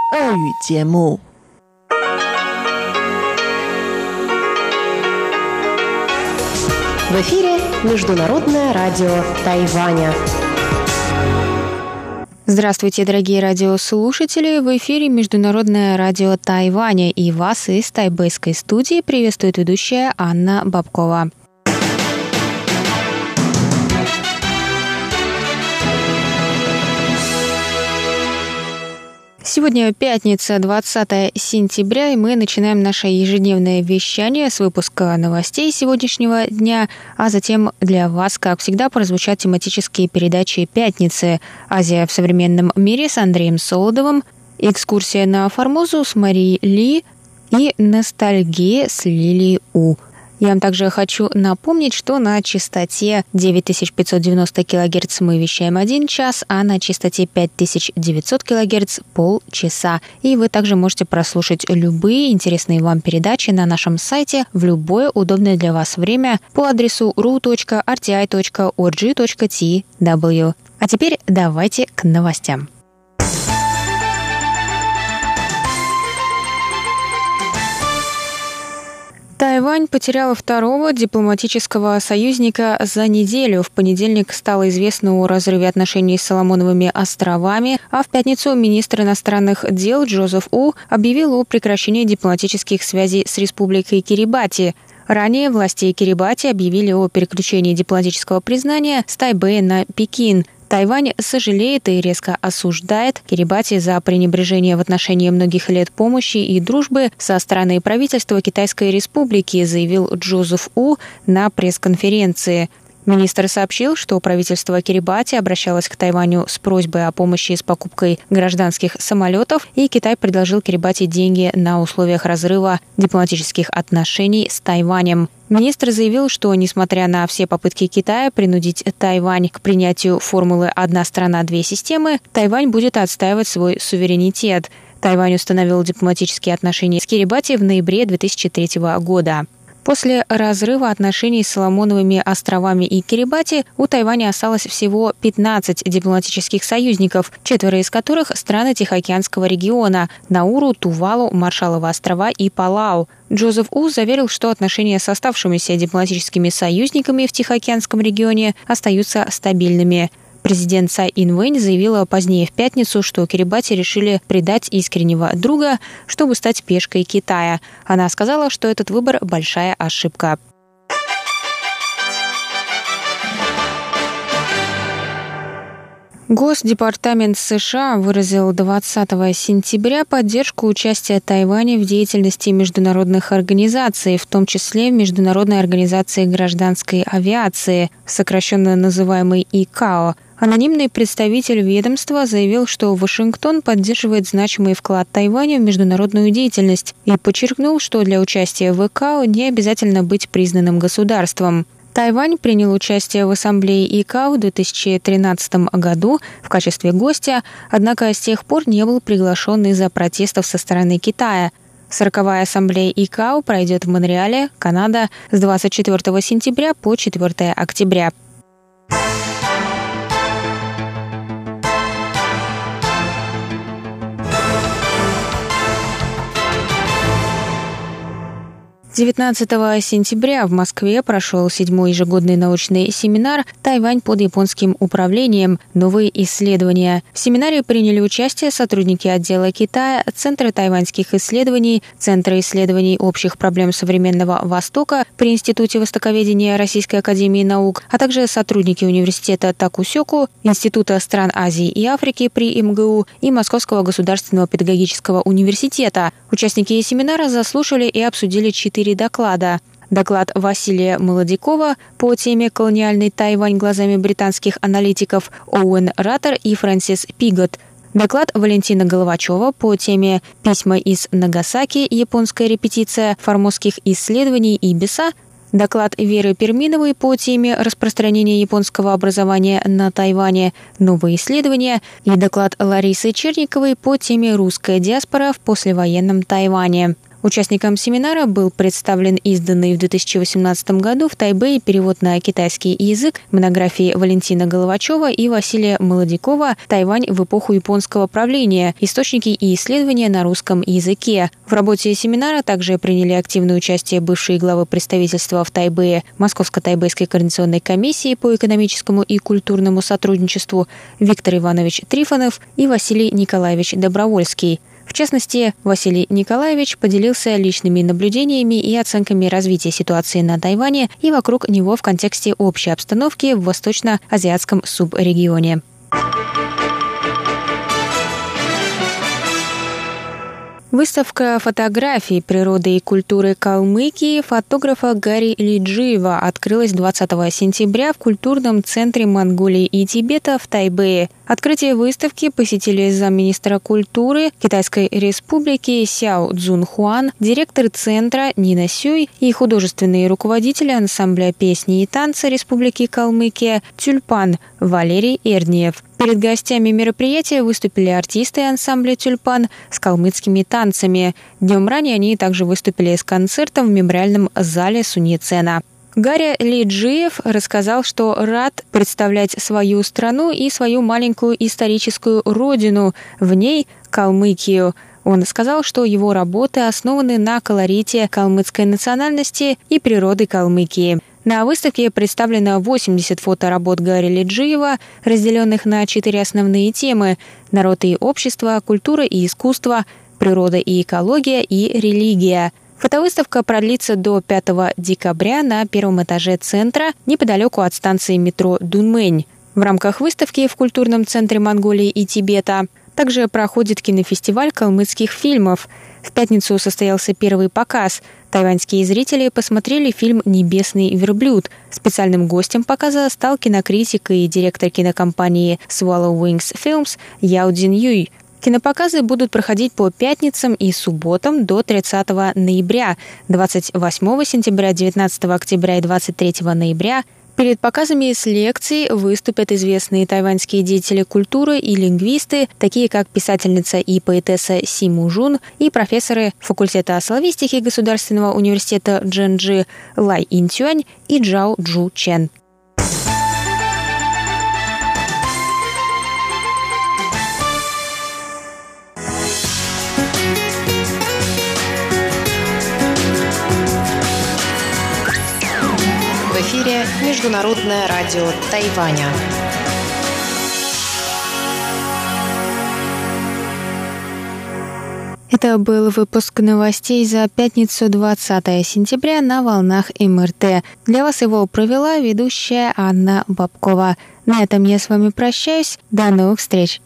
俄语节目。 В эфире Международное радио Тайваня. Здравствуйте, дорогие радиослушатели! В эфире Международное радио Тайваня, и вас из тайбэйской студии приветствует ведущая Анна Бабкова. Сегодня пятница, 20 сентября, и мы начинаем наше ежедневное вещание с выпуска новостей сегодняшнего дня, а затем для вас, как всегда, прозвучат тематические передачи «Пятницы», «Азия в современном мире» с Андреем Солодовым, «Экскурсия на Формозу» с Марией Ли и «Ностальгия» с Лилией У. Я вам также хочу напомнить, что на частоте 9590 кГц мы вещаем 1 час, а на частоте 5900 кГц – полчаса. И вы также можете прослушать любые интересные вам передачи на нашем сайте в любое удобное для вас время по адресу ru.rti.org.tw. А теперь давайте к новостям. Тайвань потеряла второго дипломатического союзника за неделю. В понедельник стало известно о разрыве отношений с Соломоновыми островами, а в пятницу министр иностранных дел Джозеф У объявил о прекращении дипломатических связей с Республикой Кирибати. Ранее власти Кирибати объявили о переключении дипломатического признания с Тайбэя на Пекин. Тайвань сожалеет и резко осуждает Кирибати за пренебрежение в отношении многих лет помощи и дружбы со стороны правительства Китайской Республики, заявил Джозеф У на пресс-конференции. Министр сообщил, что правительство Кирибати обращалось к Тайваню с просьбой о помощи с покупкой гражданских самолетов, и Китай предложил Кирибати деньги на условиях разрыва дипломатических отношений с Тайванем. Министр заявил, что, несмотря на все попытки Китая принудить Тайвань к принятию формулы «одна страна, две системы», Тайвань будет отстаивать свой суверенитет. Тайвань установил дипломатические отношения с Кирибати в ноябре 2003 года. После разрыва отношений с Соломоновыми островами и Кирибати у Тайваня осталось всего 15 дипломатических союзников, 4 из которых – страны Тихоокеанского региона – Науру, Тувалу, Маршалловы острова и Палау. Джозеф У заверил, что отношения с оставшимися дипломатическими союзниками в Тихоокеанском регионе остаются стабильными. Президент Цай Инвэнь заявила позднее в пятницу, что Кирибати решили предать искреннего друга, чтобы стать пешкой Китая. Она сказала, что этот выбор – большая ошибка. Госдепартамент США выразил 20 сентября поддержку участия Тайваня в деятельности международных организаций, в том числе в Международной организации гражданской авиации, сокращенно называемой ИКАО. Анонимный представитель ведомства заявил, что Вашингтон поддерживает значимый вклад Тайваня в международную деятельность и подчеркнул, что для участия в ИКАО не обязательно быть признанным государством. Тайвань принял участие в ассамблее ИКАО в 2013 году в качестве гостя, однако с тех пор не был приглашен из-за протестов со стороны Китая. 40-я ассамблея ИКАО пройдет в Монреале, Канада, с 24 сентября по 4 октября. С 19 сентября в Москве прошел 7-й ежегодный научный семинар «Тайвань под японским управлением. Новые исследования». В семинаре приняли участие сотрудники отдела Китая, Центра тайваньских исследований, Центра исследований общих проблем современного Востока при Институте востоковедения Российской академии наук, а также сотрудники университета Такусёку, Института стран Азии и Африки при МГУ и Московского государственного педагогического университета. Участники семинара заслушали и обсудили 4 доклада. Доклад Василия Молодякова по теме «Колониальный Тайвань глазами британских аналитиков» Оуэн Раттер и Фрэнсис Пигот. Доклад Валентина Головачева по теме «Письма из Нагасаки. Японская репетиция формозских исследований Ибиса». Доклад Веры Перминовой по теме «Распространение японского образования на Тайване. Новые исследования» и доклад Ларисы Черниковой по теме «Русская диаспора в послевоенном Тайване». Участникам семинара был представлен изданный в 2018 году в Тайбэе перевод на китайский язык монографии Валентина Головачева и Василия Молодякова «Тайвань в эпоху японского правления. Источники и исследования на русском языке». В работе семинара также приняли активное участие бывшие главы представительства в Тайбэе Московско-Тайбэйской координационной комиссии по экономическому и культурному сотрудничеству Виктор Иванович Трифонов и Василий Николаевич Добровольский. В частности, Василий Николаевич поделился личными наблюдениями и оценками развития ситуации на Тайване и вокруг него в контексте общей обстановки в восточно-азиатском субрегионе. Выставка фотографий природы и культуры Калмыкии фотографа Гарри Лиджиева открылась 20 сентября в культурном центре Монголии и Тибета в Тайбэе. Открытие выставки посетили замминистра культуры Китайской Республики Сяо Цзунхуан, директор центра Нина Сюй и художественные руководители ансамбля песни и танца Республики Калмыкия «Тюльпан» Валерий Эрдниев. Перед гостями мероприятия выступили артисты ансамбля «Тюльпан» с калмыцкими танцами. Днем ранее они также выступили с концертом в мемориальном зале Суньяцена. Гарри Лиджиев рассказал, что рад представлять свою страну и свою маленькую историческую родину, в ней Калмыкию. Он сказал, что его работы основаны на колорите калмыцкой национальности и природы Калмыкии. На выставке представлено 80 фоторабот Гарри Лиджиева, разделенных на 4 основные темы – народ и общество, культура и искусство, природа и экология и религия. Фотовыставка продлится до 5 декабря на первом этаже центра, неподалеку от станции метро Дунмэнь. В рамках выставки в культурном центре Монголии и Тибета также проходит кинофестиваль калмыцких фильмов. В пятницу состоялся первый показ. Тайваньские зрители посмотрели фильм «Небесный верблюд». Специальным гостем показа стал кинокритик и директор кинокомпании Swallow Wings Films Яо Цзин Юй. Кинопоказы будут проходить по пятницам и субботам до 30 ноября, 28 сентября, 19 октября и 23 ноября. Перед показами с лекцией выступят известные тайваньские деятели культуры и лингвисты, такие как писательница и поэтесса Си Мужун и профессоры факультета славистики Государственного университета Чжэнджи Лай Интюань и Джао Джу Чен. В эфире Международное радио Тайваня. Это был выпуск новостей за пятницу 20 сентября на волнах МРТ. Для вас его провела ведущая Анна Бабкова. На этом я с вами прощаюсь. До новых встреч.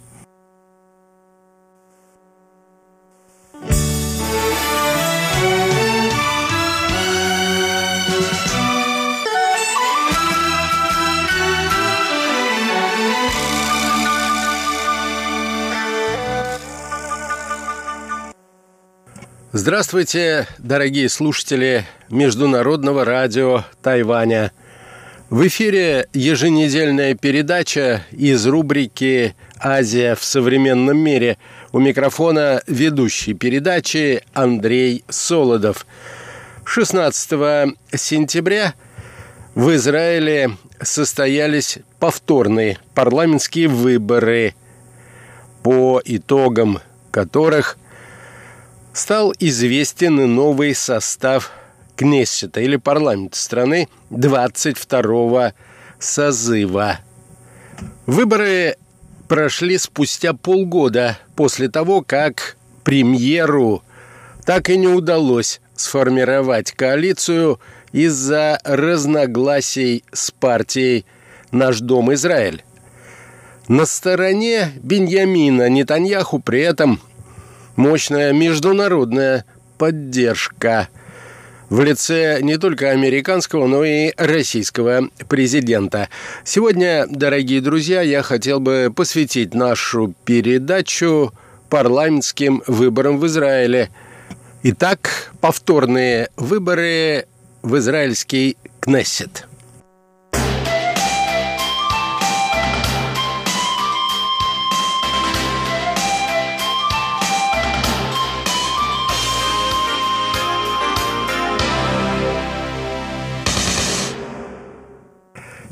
Здравствуйте, дорогие слушатели Международного радио Тайваня. В эфире еженедельная передача из рубрики «Азия в современном мире». У микрофона ведущий передачи Андрей Солодов. 16 сентября в Израиле состоялись повторные парламентские выборы, по итогам которых стал известен и новый состав Кнессета, или парламента страны, 22-го созыва. Выборы прошли спустя полгода после того, как премьеру так и не удалось сформировать коалицию из-за разногласий с партией «Наш дом Израиль». На стороне Биньямина Нетаньяху при этом мощная международная поддержка в лице не только американского, но и российского президента. Сегодня, дорогие друзья, я хотел бы посвятить нашу передачу парламентским выборам в Израиле. Итак, повторные выборы в израильский Кнессет.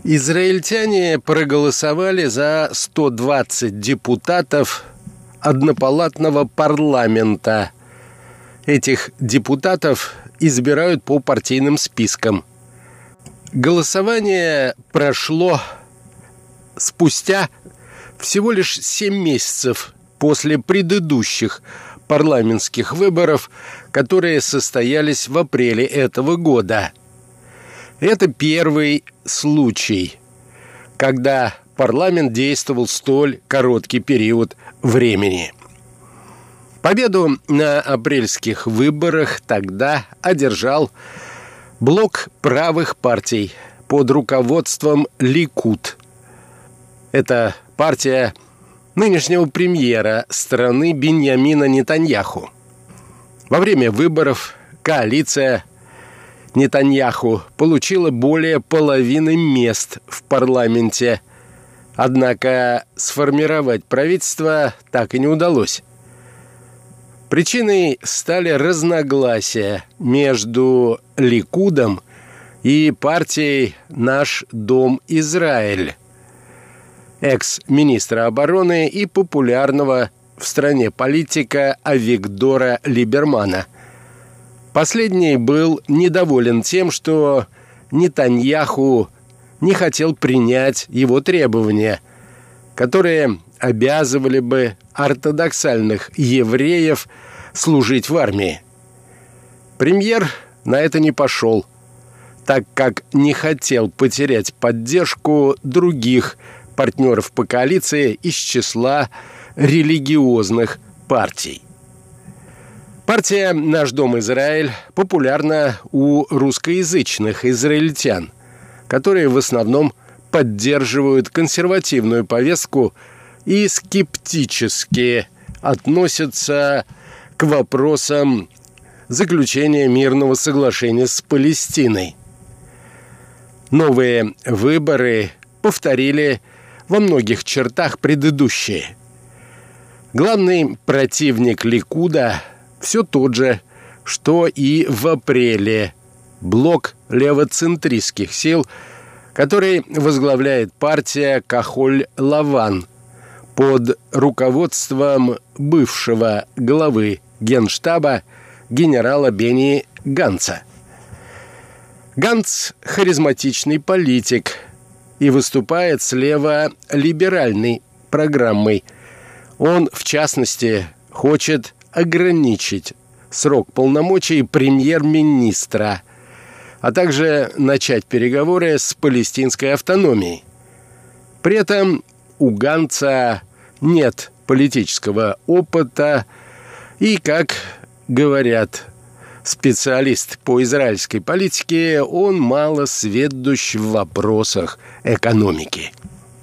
Израильтяне проголосовали за 120 депутатов однопалатного парламента. Этих депутатов избирают по партийным спискам. Голосование прошло спустя всего лишь 7 месяцев после предыдущих парламентских выборов, которые состоялись в апреле этого года. Это первый случай, когда парламент действовал столь короткий период времени. Победу на апрельских выборах тогда одержал блок правых партий под руководством Ликуд. Это партия нынешнего премьера страны Биньямина Нетаньяху. Во время выборов коалиция Нетаньяху получила более половины мест в парламенте. Однако сформировать правительство так и не удалось. Причиной стали разногласия между Ликудом и партией «Наш Дом Израиль» экс-министра обороны и популярного в стране политика Авигдора Либермана. Последний был недоволен тем, что Нетаньяху не хотел принять его требования, которые обязывали бы ортодоксальных евреев служить в армии. Премьер на это не пошел, так как не хотел потерять поддержку других партнеров по коалиции из числа религиозных партий. Партия «Наш Дом Израиль» популярна у русскоязычных израильтян, которые в основном поддерживают консервативную повестку и скептически относятся к вопросам заключения мирного соглашения с Палестиной. Новые выборы повторили во многих чертах предыдущие. Главный противник Ликуда все тот же, что и в апреле. Блок левоцентристских сил, который возглавляет партия Кахоль-Лаван под руководством бывшего главы Генштаба генерала Бени Ганца. Ганц – харизматичный политик и выступает с лево-либеральной программой. Он, в частности, хочет ограничить срок полномочий премьер-министра, а также начать переговоры с палестинской автономией. При этом у Ганца нет политического опыта и, как говорят специалисты по израильской политике, он мало сведущ в вопросах экономики.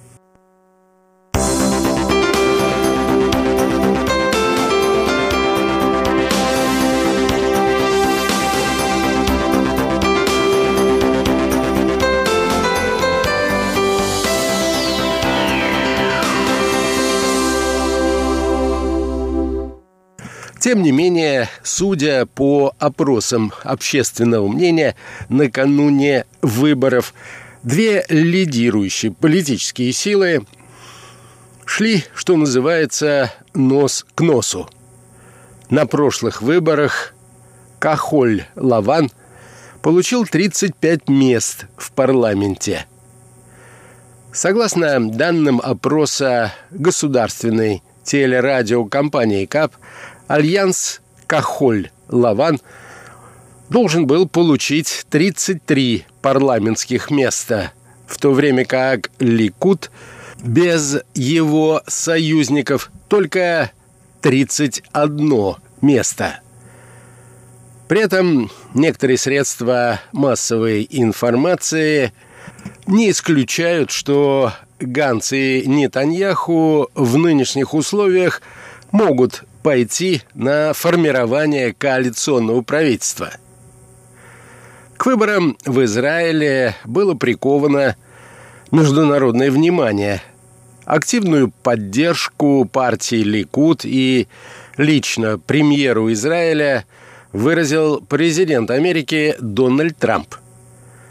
Тем не менее, судя по опросам общественного мнения, накануне выборов две лидирующие политические силы шли, что называется, нос к носу. На прошлых выборах Кахоль-Лаван получил 35 мест в парламенте. Согласно данным опроса государственной телерадиокомпании КАП, Альянс Кахоль-Лаван должен был получить 33 парламентских места, в то время как Ликуд без его союзников только 31 место. При этом некоторые средства массовой информации не исключают, что Ганц и Нетаньяху в нынешних условиях могут пойти на формирование коалиционного правительства. К выборам в Израиле было приковано международное внимание. Активную поддержку партии Ликуд и лично премьеру Израиля выразил президент Америки Дональд Трамп.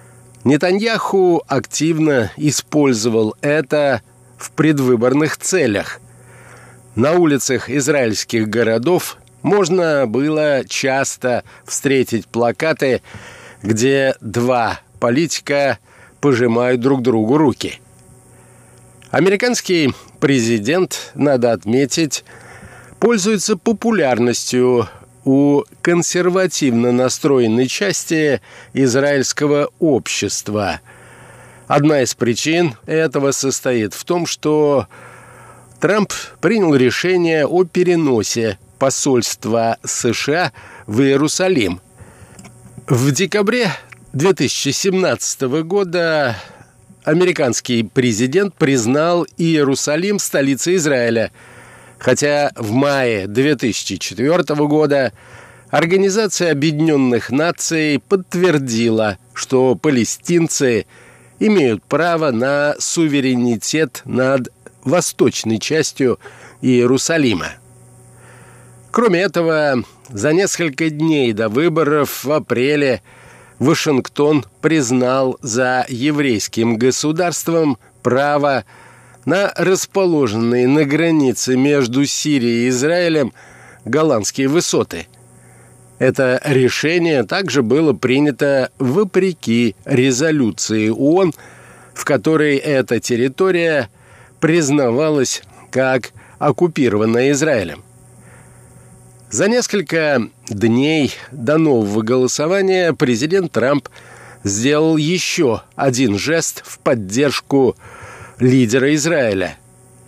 Нетаньяху активно использовал это в предвыборных целях. На улицах израильских городов можно было часто встретить плакаты, где два политика пожимают друг другу руки. Американский президент, надо отметить, пользуется популярностью у консервативно настроенной части израильского общества. Одна из причин этого состоит в том, что Трамп принял решение о переносе посольства США в Иерусалим. В декабре 2017 года американский президент признал Иерусалим столицей Израиля, хотя в мае 2004 года Организация Объединенных Наций подтвердила, что палестинцы имеют право на суверенитет над восточной частью Иерусалима. Кроме этого, за несколько дней до выборов в апреле Вашингтон признал за еврейским государством право на расположенные на границе между Сирией и Израилем Голландские высоты. Это решение также было принято вопреки резолюции ООН, в которой эта территория признавалась как оккупированная Израилем. За несколько дней до нового голосования президент Трамп сделал еще один жест в поддержку лидера Израиля.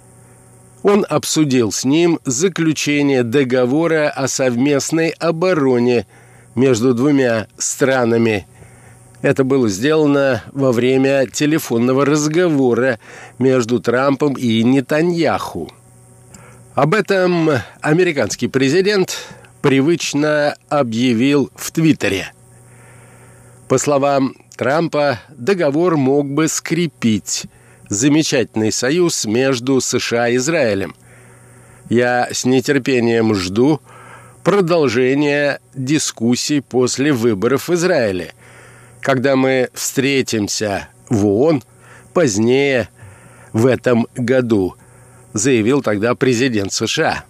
Он обсудил с ним заключение договора о совместной обороне между двумя странами. Это было сделано во время телефонного разговора между Трампом и Нетаньяху. Об этом американский президент привычно объявил в Твиттере. По словам Трампа, договор мог бы скрепить замечательный союз между США и Израилем. Я с нетерпением жду продолжения дискуссий после выборов в Израиле, когда мы встретимся в ООН позднее в этом году, заявил тогда президент США.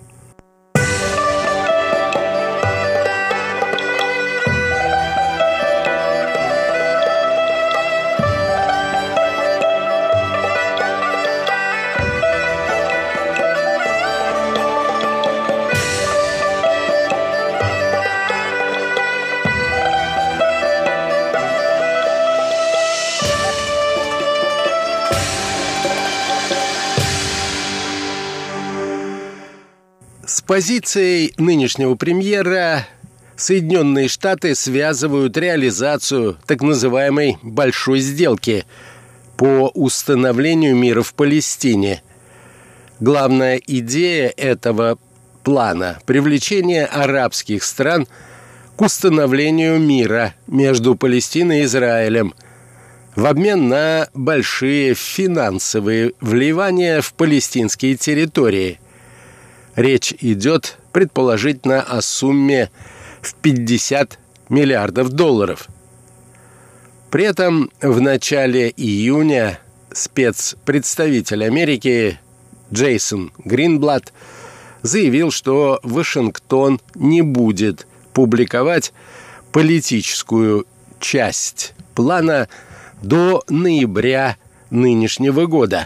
С позицией нынешнего премьера Соединенные Штаты связывают реализацию так называемой «большой сделки» по установлению мира в Палестине. Главная идея этого плана – привлечение арабских стран к установлению мира между Палестиной и Израилем в обмен на большие финансовые вливания в палестинские территории. Речь идет, предположительно, о сумме в 50 миллиардов долларов. При этом в начале июня спецпредставитель Америки Джейсон Гринблат заявил, что Вашингтон не будет публиковать политическую часть плана до ноября нынешнего года.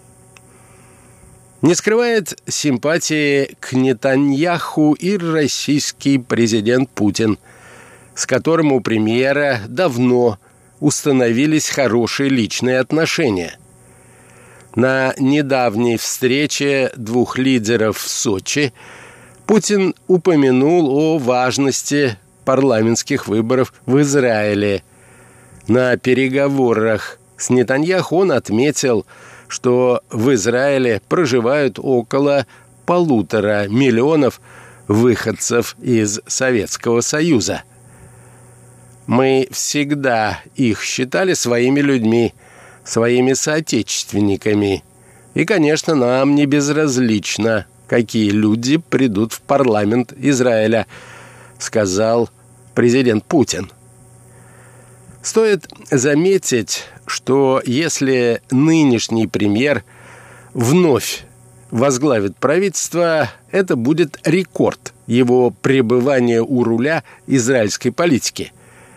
Не скрывает симпатии к Нетаньяху и российский президент Путин, с которым у премьера давно установились хорошие личные отношения. На недавней встрече двух лидеров в Сочи Путин упомянул о важности парламентских выборов в Израиле. На переговорах с Нетаньяху он отметил, что в Израиле проживают около 1,5 миллиона выходцев из Советского Союза. Мы всегда их считали своими людьми, своими соотечественниками. И, конечно, нам не безразлично, какие люди придут в парламент Израиля, сказал президент Путин. Стоит заметить, что если нынешний премьер вновь возглавит правительство, это будет рекорд его пребывания у руля израильской политики.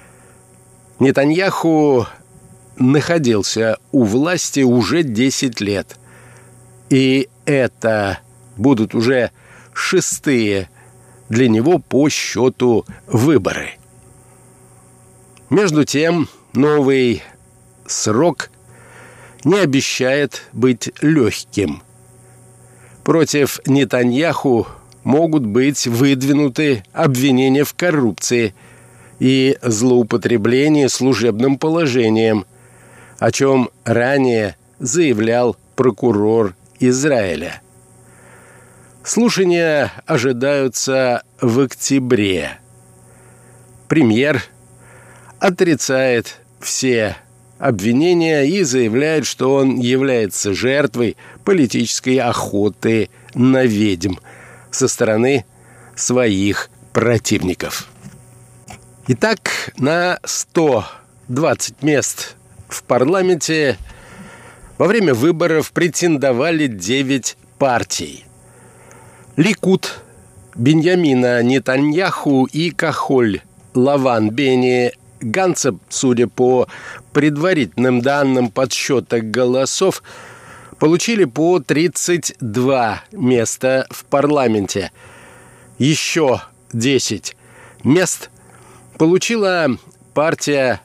Нетаньяху находился у власти уже 10 лет. И это будут уже 6-е для него по счету выборы. Между тем, новый срок не обещает быть легким. Против Нетаньяху могут быть выдвинуты обвинения в коррупции и злоупотреблении служебным положением, о чем ранее заявлял прокурор Израиля. Слушания ожидаются в октябре. Премьер отрицает все обвинения и заявляет, что он является жертвой политической охоты на ведьм со стороны своих противников. Итак, на 120 мест в парламенте во время выборов претендовали 9 партий. Ликуд Биньямина Нетаньяху и Кахоль Лаван Бени Ганца, судя по предварительным данным подсчета голосов, получили по 32 места в парламенте. Еще 10 мест получила партия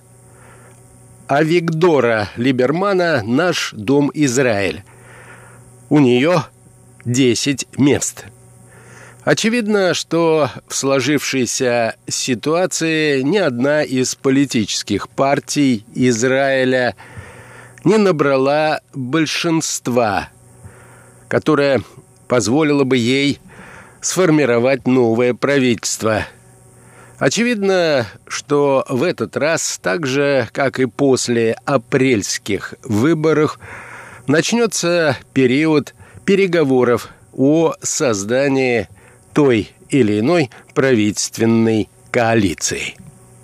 Авигдора Либермана «Наш Дом Израиль». У нее 10 мест. Очевидно, что в сложившейся ситуации ни одна из политических партий Израиля не набрала большинства, которое позволило бы ей сформировать новое правительство. Очевидно, что в этот раз, так же, как и после апрельских выборов, начнется период переговоров о создании той или иной правительственной коалиции.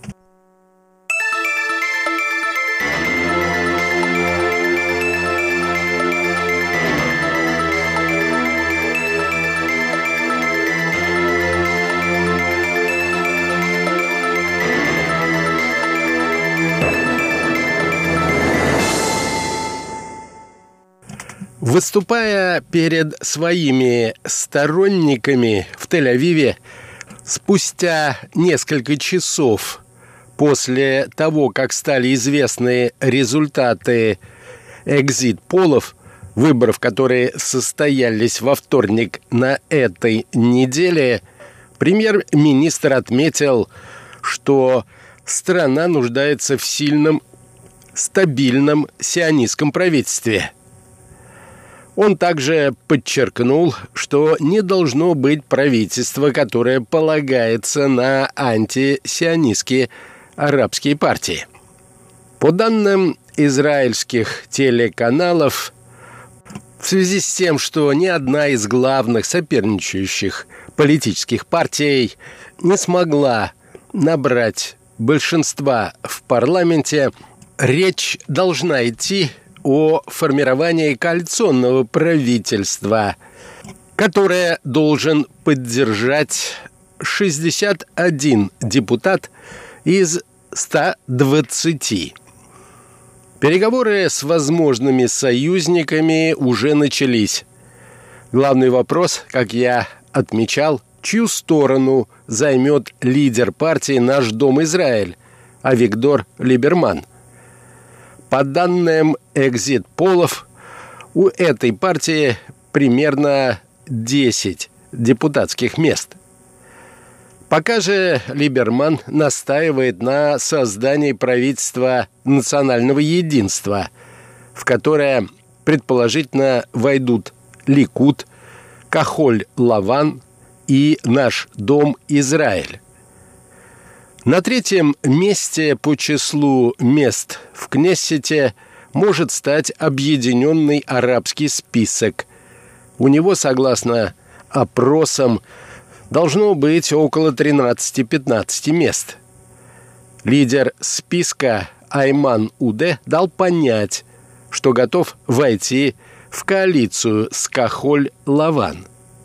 Выступая перед своими сторонниками в Тель-Авиве спустя несколько часов после того, как стали известны результаты экзит-полов, выборов, которые состоялись во вторник на этой неделе, премьер-министр отметил, что страна нуждается в сильном, стабильном сионистском правительстве. Он также подчеркнул, что не должно быть правительства, которое полагается на антисионистские арабские партии. По данным израильских телеканалов, в связи с тем, что ни одна из главных соперничающих политических партий не смогла набрать большинства в парламенте, речь должна идти о формировании коалиционного правительства, которое должен поддержать 61 депутат из 120. Переговоры с возможными союзниками уже начались. Главный вопрос, как я отмечал, чью сторону займет лидер партии «Наш Дом Израиль» Авигдор Либерман. По данным экзит-полов, у этой партии примерно 10 депутатских мест. Пока же Либерман настаивает на создании правительства национального единства, в которое предположительно войдут Ликуд, Кахоль Лаван и «Наш Дом Израиль». На третьем месте по числу мест в Кнессете может стать Объединенный арабский список. У него, согласно опросам, должно быть около 13-15 мест. Лидер списка Айман Уде дал понять, что готов войти в коалицию с Кахоль-Лаван.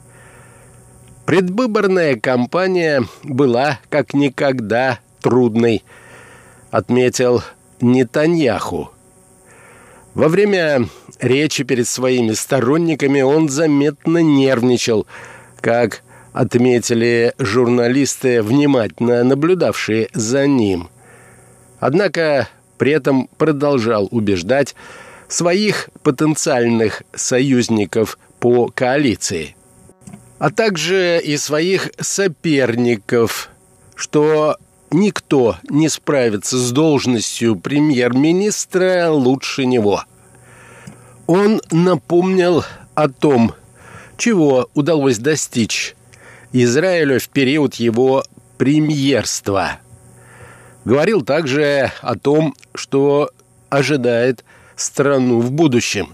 Предвыборная кампания была как никогда трудной, отметил Нетаньяху. Во время речи перед своими сторонниками он заметно нервничал, как отметили журналисты, внимательно наблюдавшие за ним. Однако при этом продолжал убеждать своих потенциальных союзников по коалиции, а также и своих соперников, что никто не справится с должностью премьер-министра лучше него. Он напомнил о том, чего удалось достичь Израилю в период его премьерства. Говорил также о том, что ожидает страну в будущем.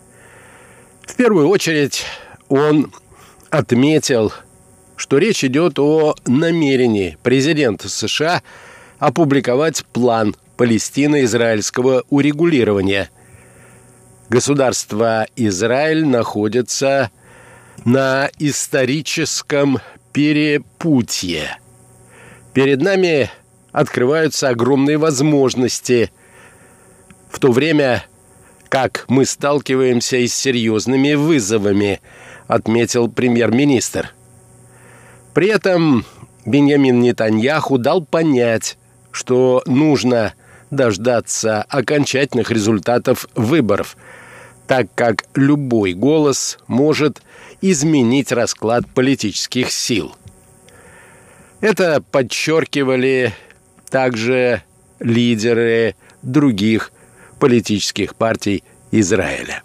В первую очередь он отметил, что речь идет о намерении президента США опубликовать план палестино-израильского урегулирования. Государство Израиль находится на историческом перепутье. Перед нами открываются огромные возможности, в то время как мы сталкиваемся и с серьезными вызовами, отметил премьер-министр. При этом Биньямин Нетаньяху дал понять, что нужно дождаться окончательных результатов выборов, так как любой голос может изменить расклад политических сил. Это подчеркивали также лидеры других политических партий Израиля.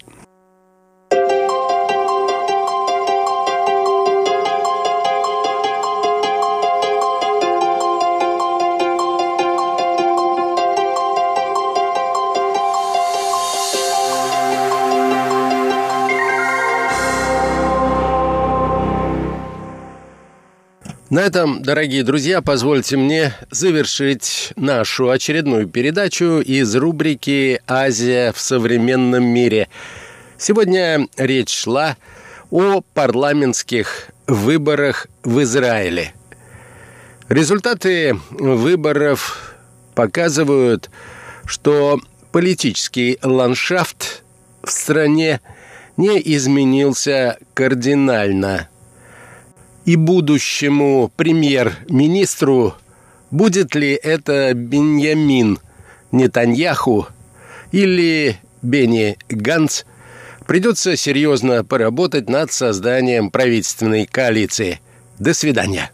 На этом, дорогие друзья, позвольте мне завершить нашу очередную передачу из рубрики «Азия в современном мире». Сегодня речь шла о парламентских выборах в Израиле. Результаты выборов показывают, что политический ландшафт в стране не изменился кардинально. И будущему премьер-министру, будет ли это Биньямин Нетаньяху или Бенни Ганц, придется серьезно поработать над созданием правительственной коалиции. До свидания.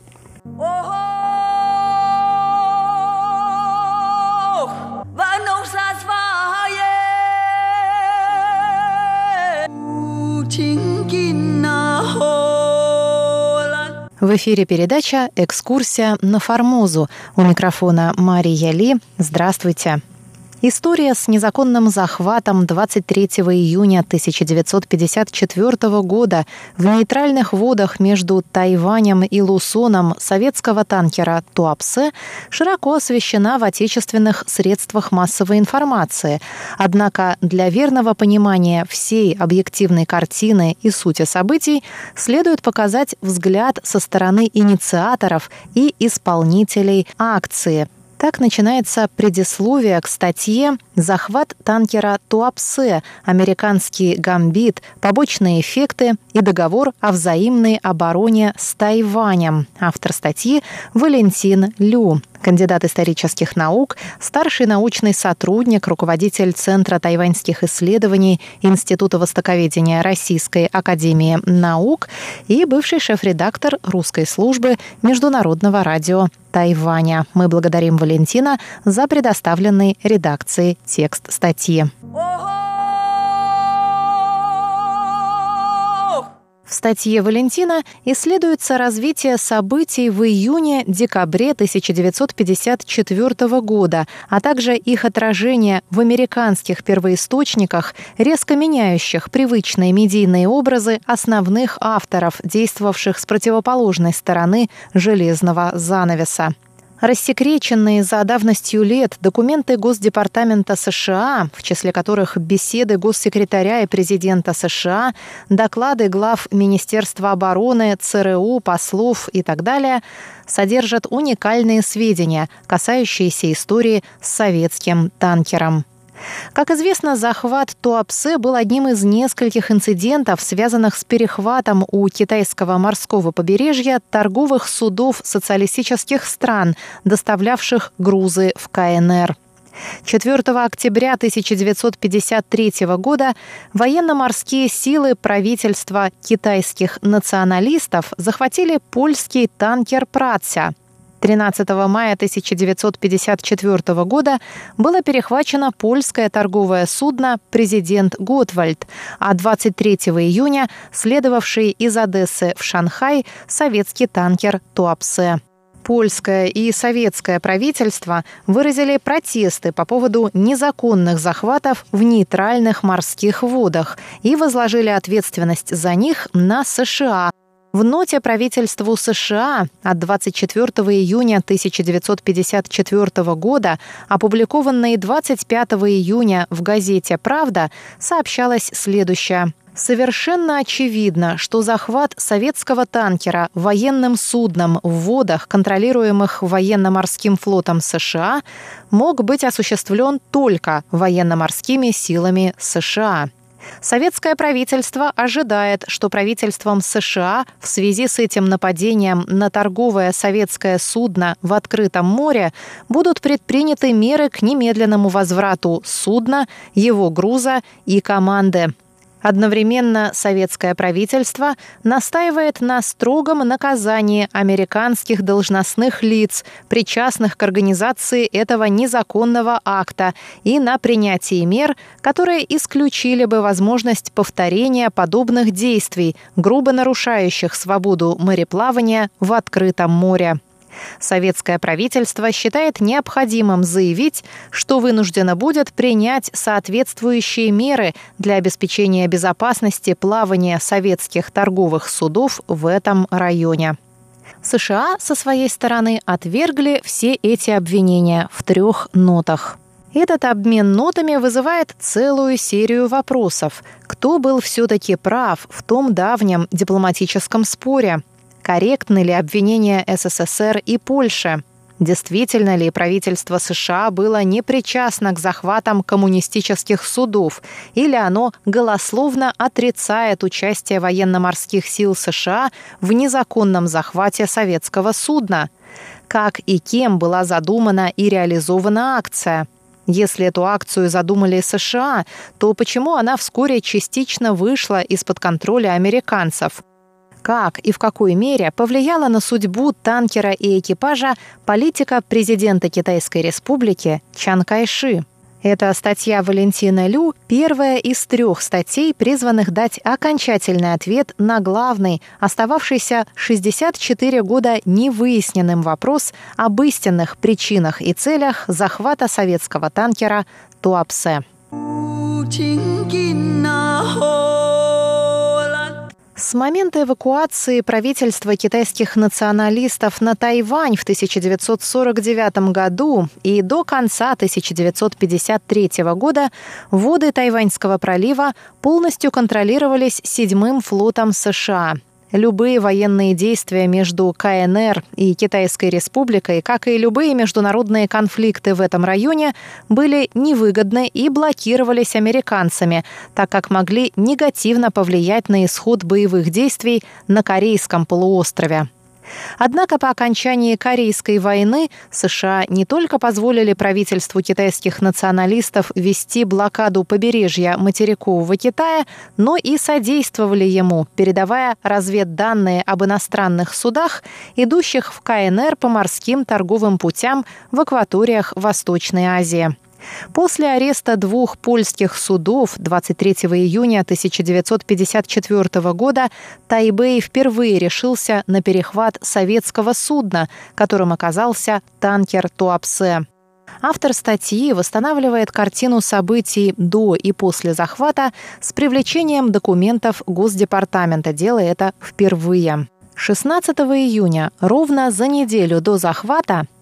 В эфире передача «Экскурсия на Формозу». У микрофона Мария Ли. Здравствуйте. История с незаконным захватом 23 июня 1954 года в нейтральных водах между Тайванем и Лусоном советского танкера «Туапсе» широко освещена в отечественных средствах массовой информации. Однако для верного понимания всей объективной картины и сути событий следует показать взгляд со стороны инициаторов и исполнителей акции. Так начинается предисловие к статье «Захват танкера Туапсе. Американский гамбит. Побочные эффекты и договор о взаимной обороне с Тайванем». Автор статьи Валентин Лю, кандидат исторических наук, старший научный сотрудник, руководитель Центра тайваньских исследований Института востоковедения Российской академии наук и бывший шеф-редактор русской службы Международного радио Тайваня. Мы благодарим Валентина за предоставленный редакцией текст статьи. В статье Валентина исследуется развитие событий в июне-декабре 1954 года, а также их отражение в американских первоисточниках, резко меняющих привычные медийные образы основных авторов, действовавших с противоположной стороны железного занавеса. Рассекреченные за давностью лет документы Госдепартамента США, в числе которых беседы госсекретаря и президента США, доклады глав Министерства обороны, ЦРУ, послов и так далее, содержат уникальные сведения, касающиеся истории с советским танкером. Как известно, захват Туапсе был одним из нескольких инцидентов, связанных с перехватом у китайского морского побережья торговых судов социалистических стран, доставлявших грузы в КНР. 4 октября 1953 года военно-морские силы правительства китайских националистов захватили польский танкер «Праця». 13 мая 1954 года было перехвачено польское торговое судно «Президент Готвальд», а 23 июня следовавший из Одессы в Шанхай советский танкер «Туапсе». Польское и советское правительство выразили протесты по поводу незаконных захватов в нейтральных морских водах и возложили ответственность за них на США. В ноте правительству США от 24 июня 1954 года, опубликованной 25 июня в газете «Правда», сообщалось следующее. Совершенно очевидно, что захват советского танкера военным судном в водах, контролируемых военно-морским флотом США, мог быть осуществлен только военно-морскими силами США. Советское правительство ожидает, что правительством США в связи с этим нападением на торговое советское судно в открытом море будут предприняты меры к немедленному возврату судна, его груза и команды. Одновременно советское правительство настаивает на строгом наказании американских должностных лиц, причастных к организации этого незаконного акта, и на принятии мер, которые исключили бы возможность повторения подобных действий, грубо нарушающих свободу мореплавания в открытом море. Советское правительство считает необходимым заявить, что вынуждено будет принять соответствующие меры для обеспечения безопасности плавания советских торговых судов в этом районе. США со своей стороны отвергли все эти обвинения в 3 нотах. Этот обмен нотами вызывает целую серию вопросов. Кто был все-таки прав в том давнем дипломатическом споре? Корректны ли обвинения СССР и Польши? Действительно ли правительство США было непричастно к захватам коммунистических судов, или оно голословно отрицает участие военно-морских сил США в незаконном захвате советского судна? Как и кем была задумана и реализована акция? Если эту акцию задумали США, то почему она вскоре частично вышла из-под контроля американцев? Как и в какой мере повлияла на судьбу танкера и экипажа политика президента Китайской Республики Чан Кайши? Эта статья Валентина Лю – первая из 3 статей, призванных дать окончательный ответ на главный, остававшийся 64 года невыясненным вопрос об истинных причинах и целях захвата советского танкера «Туапсе». С момента эвакуации правительства китайских националистов на Тайвань в 1949 году и до конца 1953 года воды Тайваньского пролива полностью контролировались 7-м флотом США. Любые военные действия между КНР и Китайской Республикой, как и любые международные конфликты в этом районе, были невыгодны и блокировались американцами, так как могли негативно повлиять на исход боевых действий на Корейском полуострове. Однако по окончании Корейской войны США не только позволили правительству китайских националистов вести блокаду побережья материкового Китая, но и содействовали ему, передавая разведданные об иностранных судах, идущих в КНР по морским торговым путям в акваториях Восточной Азии. После ареста 2 польских судов 23 июня 1954 года Тайбэй впервые решился на перехват советского судна, которым оказался танкер «Туапсе». Автор статьи восстанавливает картину событий до и после захвата с привлечением документов Госдепартамента, делая это впервые. 16 июня, ровно за неделю до захвата,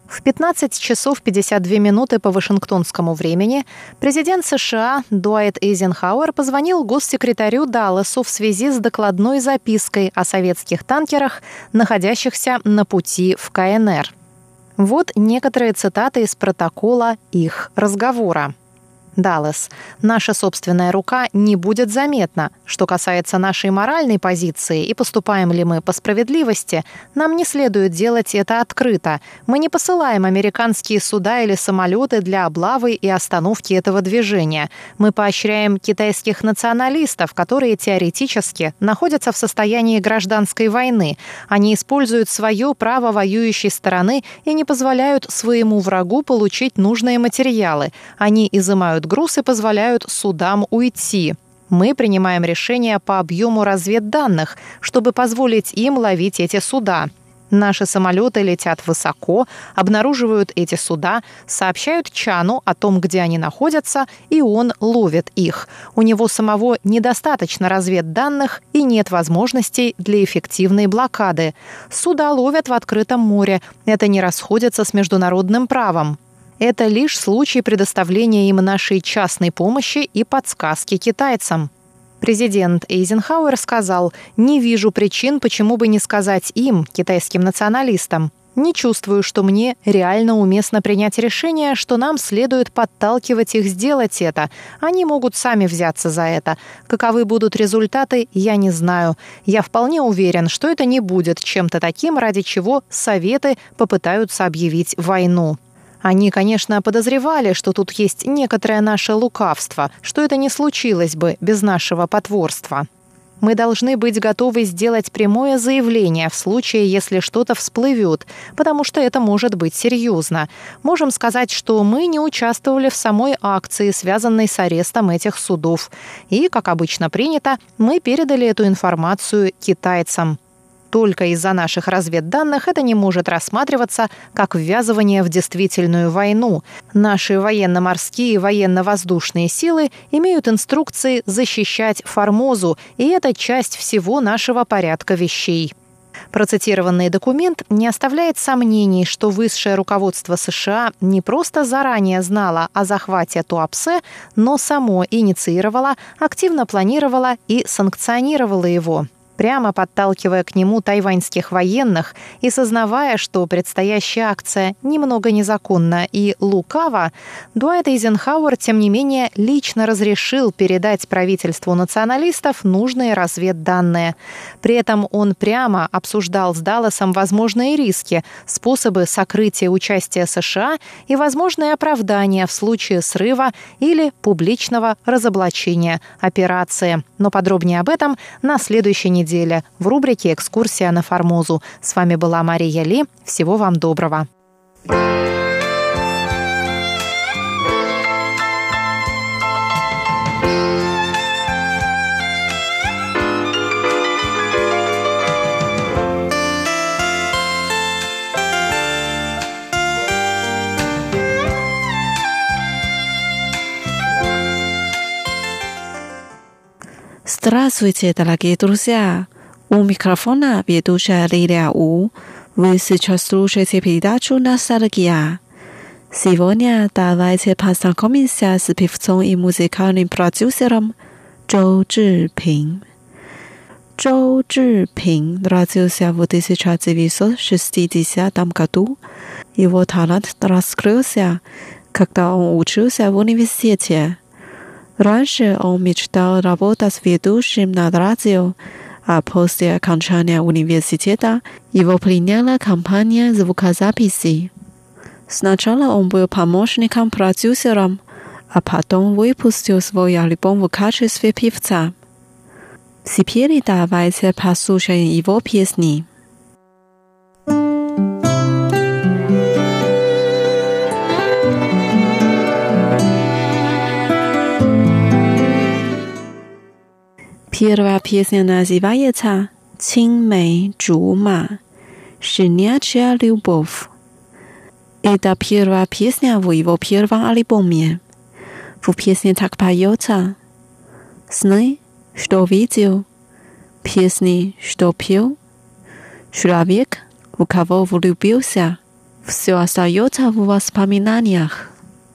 В 15 часов 52 минуты по вашингтонскому времени президент США Дуайт Эйзенхауэр позвонил госсекретарю Далласу в связи с докладной запиской о советских танкерах, находящихся на пути в КНР. Вот некоторые цитаты из протокола их разговора. Даллас. Наша собственная рука не будет заметна. Что касается нашей моральной позиции и поступаем ли мы по справедливости, нам не следует делать это открыто. Мы не посылаем американские суда или самолеты для облавы и остановки этого движения. Мы поощряем китайских националистов, которые теоретически находятся в состоянии гражданской войны. Они используют свое право воюющей стороны и не позволяют своему врагу получить нужные материалы. Они изымают груз и позволяют судам уйти. Мы принимаем решения по объему разведданных, чтобы позволить им ловить эти суда. Наши самолеты летят высоко, обнаруживают эти суда, сообщают Чану о том, где они находятся, и он ловит их. У него самого недостаточно разведданных и нет возможностей для эффективной блокады. Суда ловят в открытом море. Это не расходится с международным правом. Это лишь случай предоставления им нашей частной помощи и подсказки китайцам. Президент Эйзенхауэр сказал: «Не вижу причин, почему бы не сказать им, китайским националистам. Не чувствую, что мне реально уместно принять решение, что нам следует подталкивать их сделать это. Они могут сами взяться за это. Каковы будут результаты, я не знаю. Я вполне уверен, что это не будет чем-то таким, ради чего Советы попытаются объявить войну». Они, конечно, подозревали, что тут есть некоторое наше лукавство, что это не случилось бы без нашего потворства. Мы должны быть готовы сделать прямое заявление в случае, если что-то всплывет, потому что это может быть серьезно. Можем сказать, что мы не участвовали в самой акции, связанной с арестом этих судов. И, как обычно принято, мы передали эту информацию китайцам. Только из-за наших разведданных это не может рассматриваться как ввязывание в действительную войну. Наши военно-морские и военно-воздушные силы имеют инструкции защищать Формозу, и это часть всего нашего порядка вещей. Процитированный документ не оставляет сомнений, что высшее руководство США не просто заранее знало о захвате Туапсе, но само инициировало, активно планировало и санкционировало его. Прямо подталкивая к нему тайваньских военных и сознавая, что предстоящая акция немного незаконна и лукава, Дуайт Эйзенхауэр, тем не менее, лично разрешил передать правительству националистов нужные разведданные. При этом он прямо обсуждал с Далласом возможные риски, способы сокрытия участия США и возможные оправдания в случае срыва или публичного разоблачения операции. Но подробнее об этом на следующей неделе в рубрике «Экскурсия на Формозу». С вами была Мария Ли. Всего вам доброго. Здравствуйте, дорогие друзья! У микрофона ведущая Лилия У. Вы сейчас слушаете передачу «Ностальгия». Сегодня давайте познакомимся с певцом и музыкальным продюсером Чжоу Чжипин. Чжоу Чжипин родился в 1960 году. Его талант раскрылся, когда он учился в университете. Раньше он мечтал работать ведущим на радио, а после окончания университета его приняла компания звукозаписи. Сначала он был помощником-продюсером, а потом выпустил свой альбом в качестве певца. Теперь давайте послушаем его песни. Первая песня называется «Цинмэй Чжума» – «Щенячья любовь». Это первая песня в его первом альбоме. В песне так поется: «Сны, что видел, песни, что пел, человек, в кого влюбился, все остается в воспоминаниях.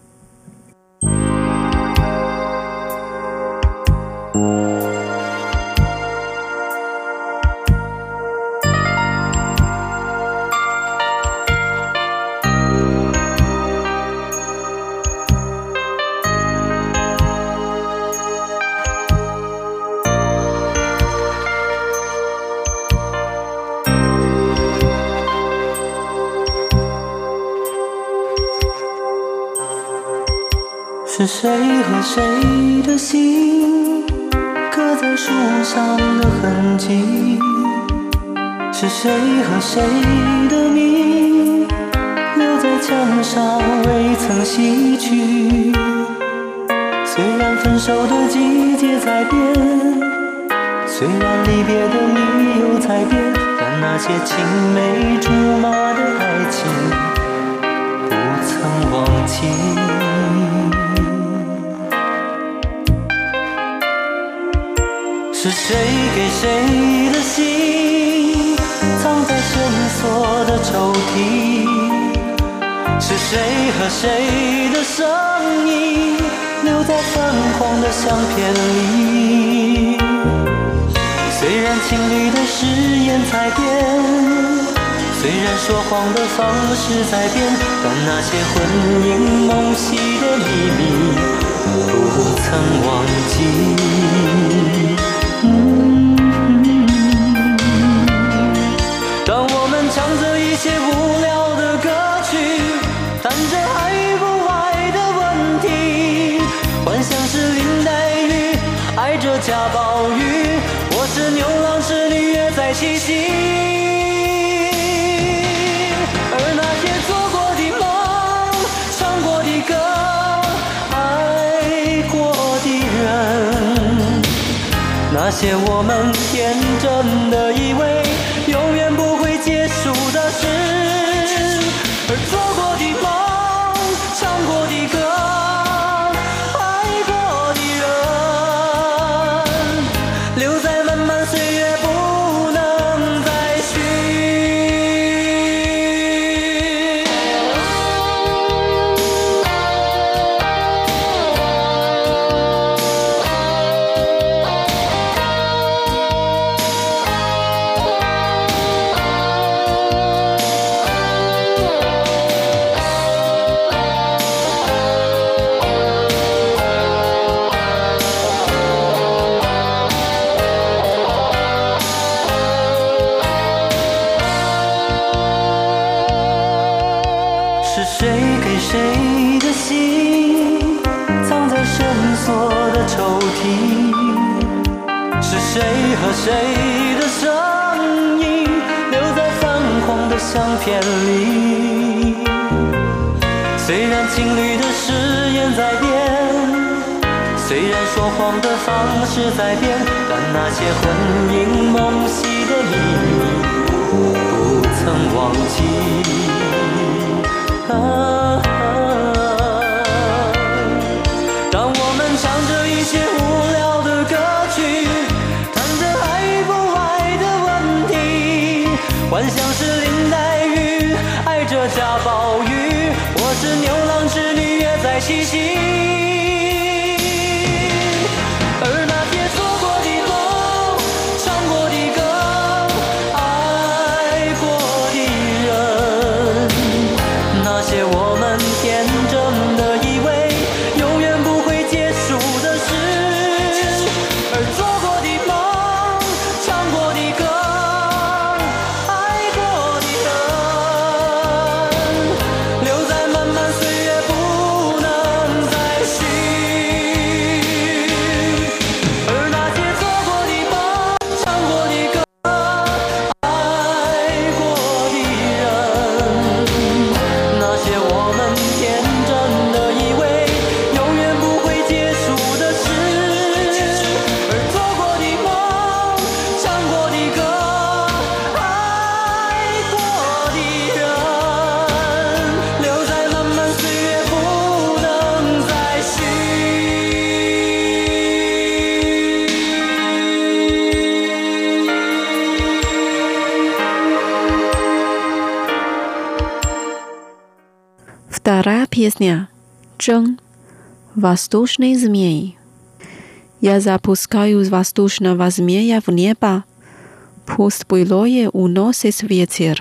是谁和谁的心刻在树上的痕迹？是谁和谁的名留在墙上未曾洗去？虽然分手的季节在变，虽然离别的理由在变，但那些青梅竹马的爱情不曾忘记。是谁给谁的心藏在深锁的抽屉？是谁和谁的声音留在泛黄的相片里？虽然情侣的誓言在变，虽然说谎的方式在变，但那些魂萦梦系的秘密不曾忘记。当我们唱着一些无聊的歌曲，谈着爱不爱的问题，幻想是林黛玉爱着贾宝玉，我是牛郎织女约在七夕。而那些做过的梦，唱过的歌，爱过的人，那些我们天真的以为永远不会结束的事，而做过的梦，唱过的歌，爱过的人，留在漫漫岁月不能再续。是谁给谁的心藏在深锁的抽屉？是谁和谁的声音留在泛黄的相片里？虽然情侣的誓言在变，虽然说谎的方式在变，但那些魂萦梦系的秘密不曾忘记。当我们唱着一些无聊的歌曲，谈着爱不爱的问题，幻想是林黛玉爱着贾宝玉，我是牛郎织女约在七夕。而那些做过的梦，唱过的歌，爱过的人，那些我们天真的以为永远不会结束的事，而做过的梦，唱过的歌，爱过的人，留在漫漫岁月不能再 Вторая песня. Чжэн. Воздушный змей. Я запускаю воздушного змея в небо. Пусть былое уносит ветер.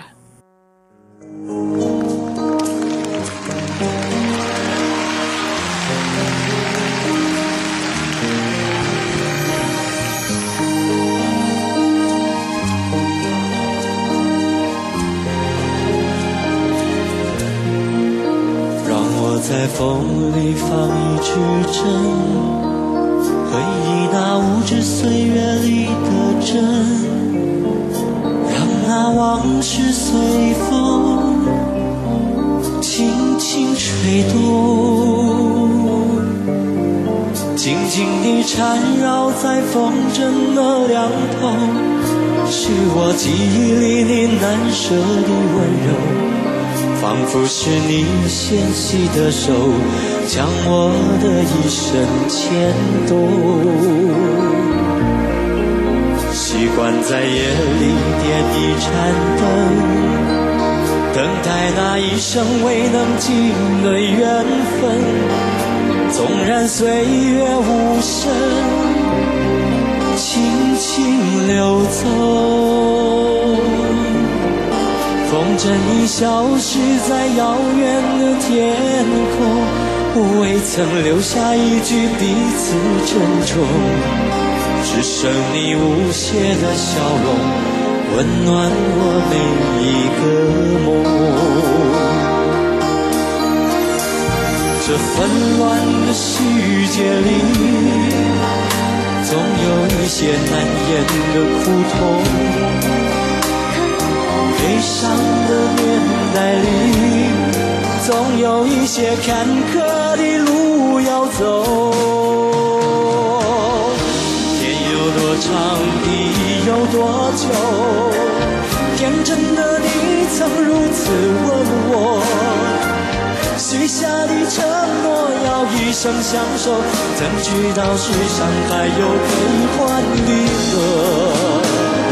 在风里放一支针，回忆那无知岁月里的真，让那往事随风轻轻吹动，静静地缠绕在风筝的两头，是我记忆里你难舍的温柔，仿佛是你纤细的手将我的一生牵动，习惯在夜里点一盏灯，等待那一生未能尽的缘分，纵然岁月无声，轻轻流走，风筝已消失在遥远的天空，未曾留下一句彼此珍重，只剩你无邪的笑容，温暖我每一个梦。这纷乱的世界里，总有一些难言的苦痛，悲伤的年代里，总有一些坎坷的路要走。天有多长，地有多久，天真的你曾如此问我，许下的承诺要一生相守，怎知道世上还有悲欢离合。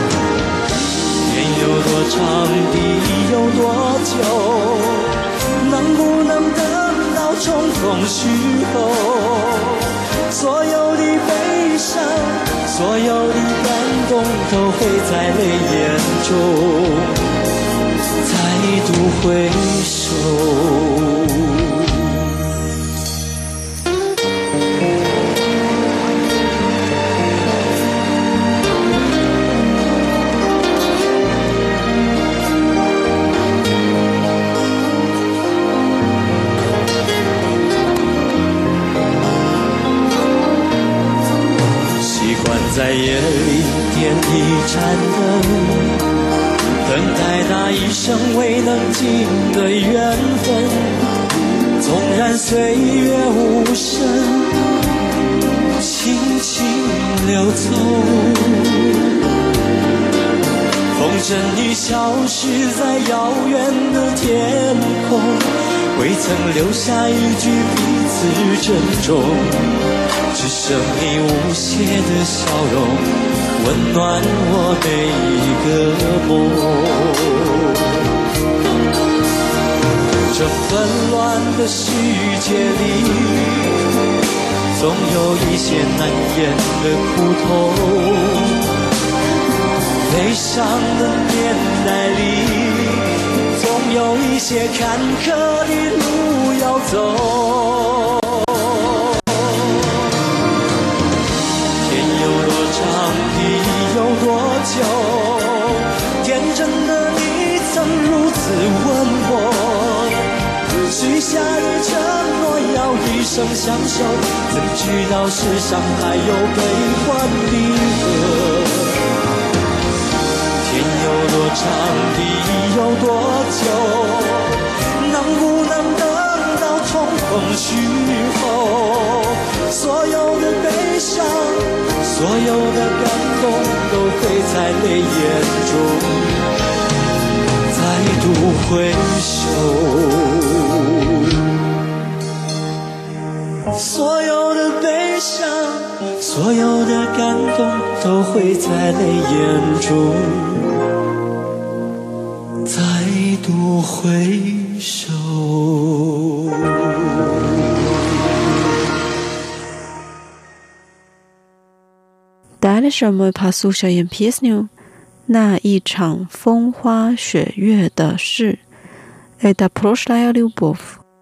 有多长，地有多久，能不能等到重逢时候，所有的悲伤，所有的感动都会在泪眼中再度回首。在夜里点一盏灯，等待那一生未能尽的缘分，纵然岁月无声，轻轻流走，风筝已消失在遥远的天空，未曾留下一句彼此珍重，只剩你无邪的笑容，温暖我每一个梦。这纷乱的世界里，总有一些难言的苦痛，悲伤的年代里，总有一些坎坷的路要走。多久，天真的你曾如此问我，许下的承诺要一生相守，怎知道世上还有悲欢离合。天有多长，地有多久，能不能等到重逢时候，所有的悲伤，所有的感动都会在泪眼中再度回首，所有的悲伤，所有的感动都会在泪眼中再度回首。 Дальше мы послушаем песню «На一场风花雪月的事». Это прошлая любовь.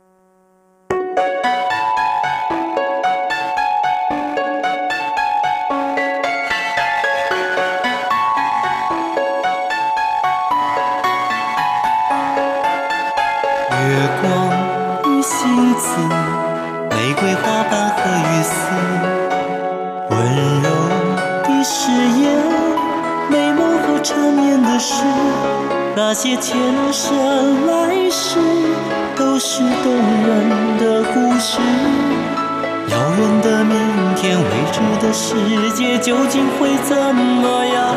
事，那些前生来世都是动人的故事。遥远的明天，未知的世界究竟会怎么样？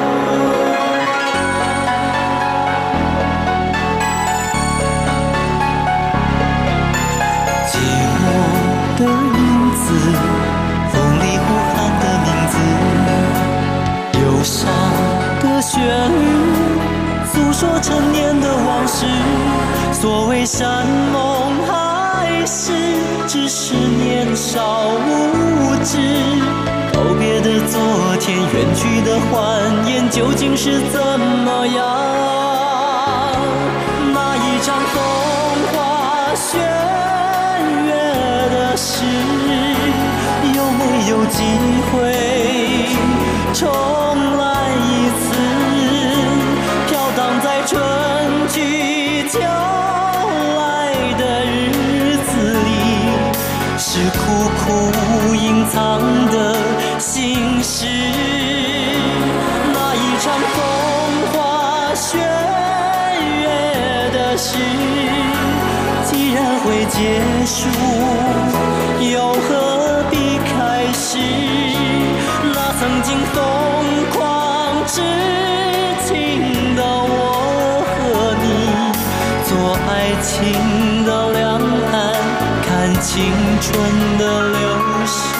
寂寞的影子，风里呼喊的名字，忧伤的旋律，诉说陈年的往事。所谓山盟海誓，只是年少无知。告别的昨天，远去的欢颜，究竟是怎么样？那一场风花雪月的事，有没有机会重来一次？飘荡在春去秋来的日子里，是苦苦隐藏的心事。那一场风花雪月的事，既然会结束，又何必开始？那曾经疯狂痴情的我和你，做爱情的两岸，看青春的流逝。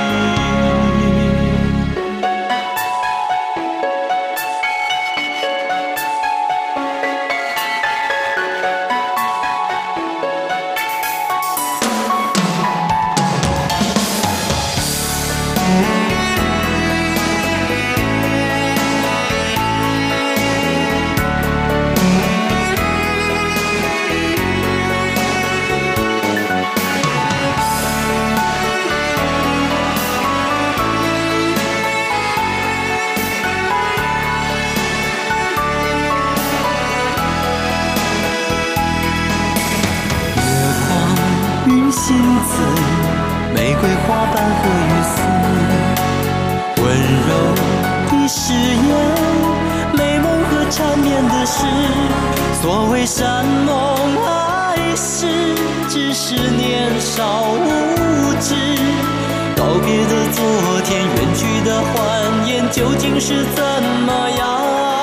星子，玫瑰花瓣和雨丝，温柔的誓言，美梦和缠绵的事。所谓山盟海誓，只是年少无知。告别的昨天，远去的欢颜，究竟是怎么样？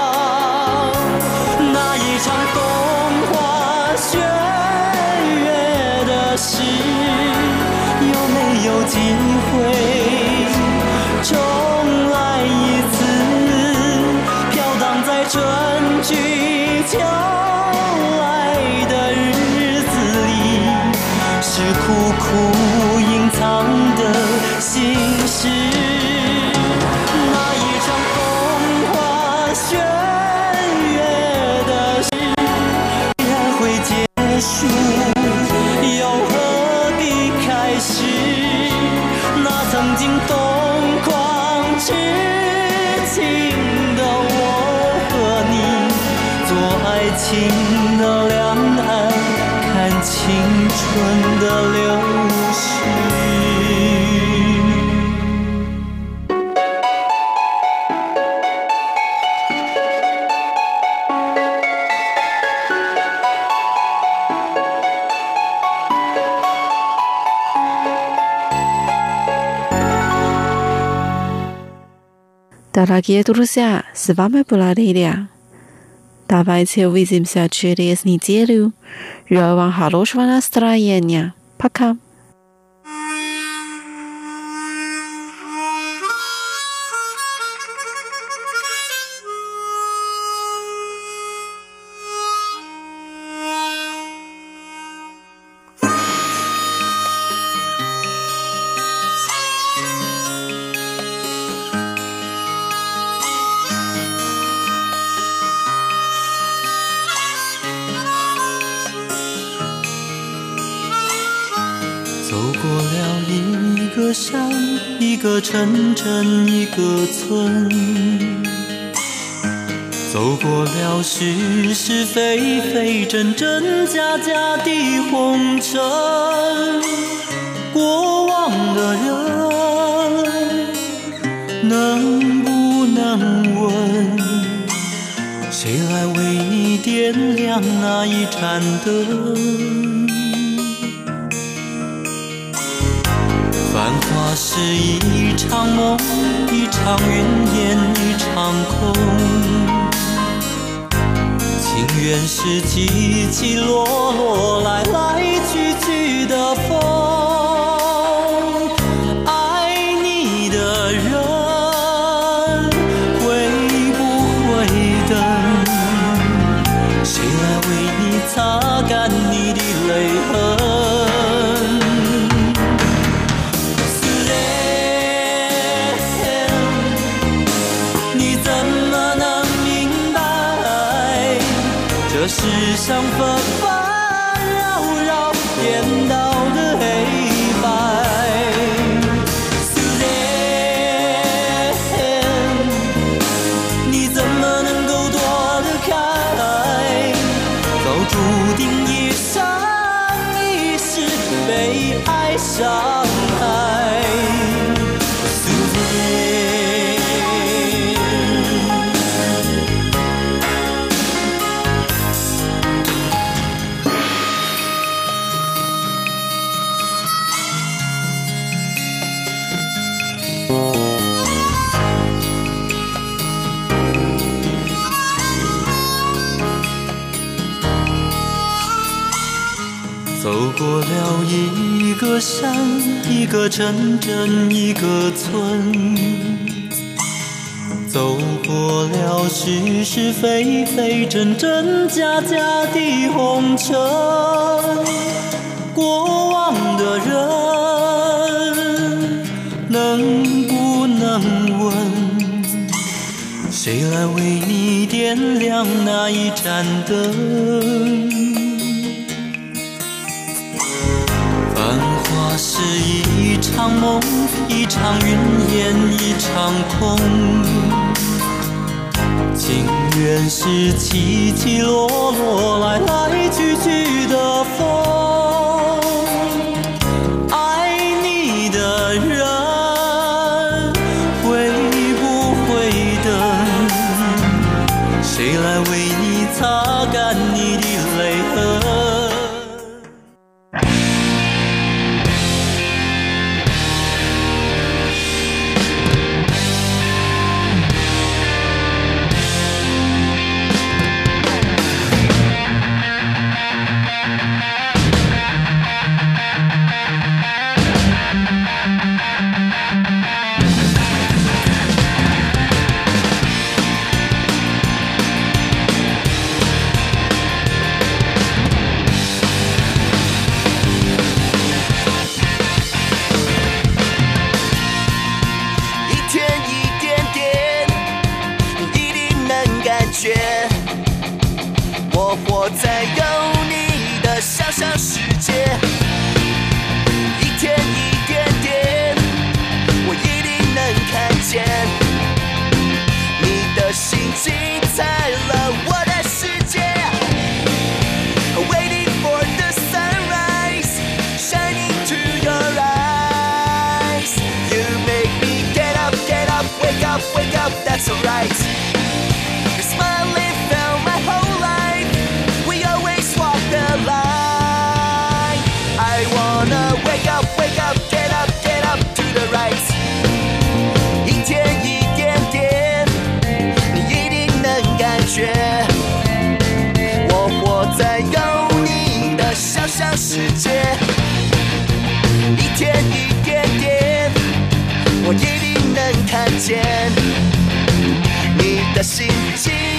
那一场风花雪月的事，有没有机会重来一次？飘荡在春去秋来的日子里，是苦苦隐藏的心事。那一场风花雪月的事，必然会结束，又何必开始？那曾经疯狂痴情的我和你，做爱情的两岸，看青春的流逝。 Дорогие друзья, с вами была Лилия. Давайте увидимся через неделю. Желаю вам хорошего настроения. Пока. 走过了一个山，一个城镇，一个村，走过了是是非非，真真假假的红尘。过往的人能不能问，谁来为你点亮那一盏灯？繁华是一场梦，一场云烟，一场空。情缘是起起落落，来来去去的风。爱你的人会不会等？谁来为你擦干你的泪痕？这世上纷纷扰扰，颠倒的黑白。你怎么能够躲得开？早注定一生一世被爱伤害。走过了一个山，一个城镇，一个村，走过了是是非非，真真假假的红尘。过往的人能不能问，谁来为你点亮那一盏灯？繁华是一场梦，一场云烟，一场空。情缘是起起落落，来来去去的风。爱你的人会不会等？谁来为你擦干你的泪痕？ 我活在有你的小小世界，一天一点点，我一定能看见你的心精彩了我的世界。Waiting for the sunrise, shining through your eyes. You make me get up, get up, wake up, wake up, that's alright. Your smiling felt my whole life. We always walk the line. I wanna wake up, wake up, get up to the right. 一天一点点，你一定能感觉。我活在有你的小小世界，一天一点点，我一定能看见你的心情。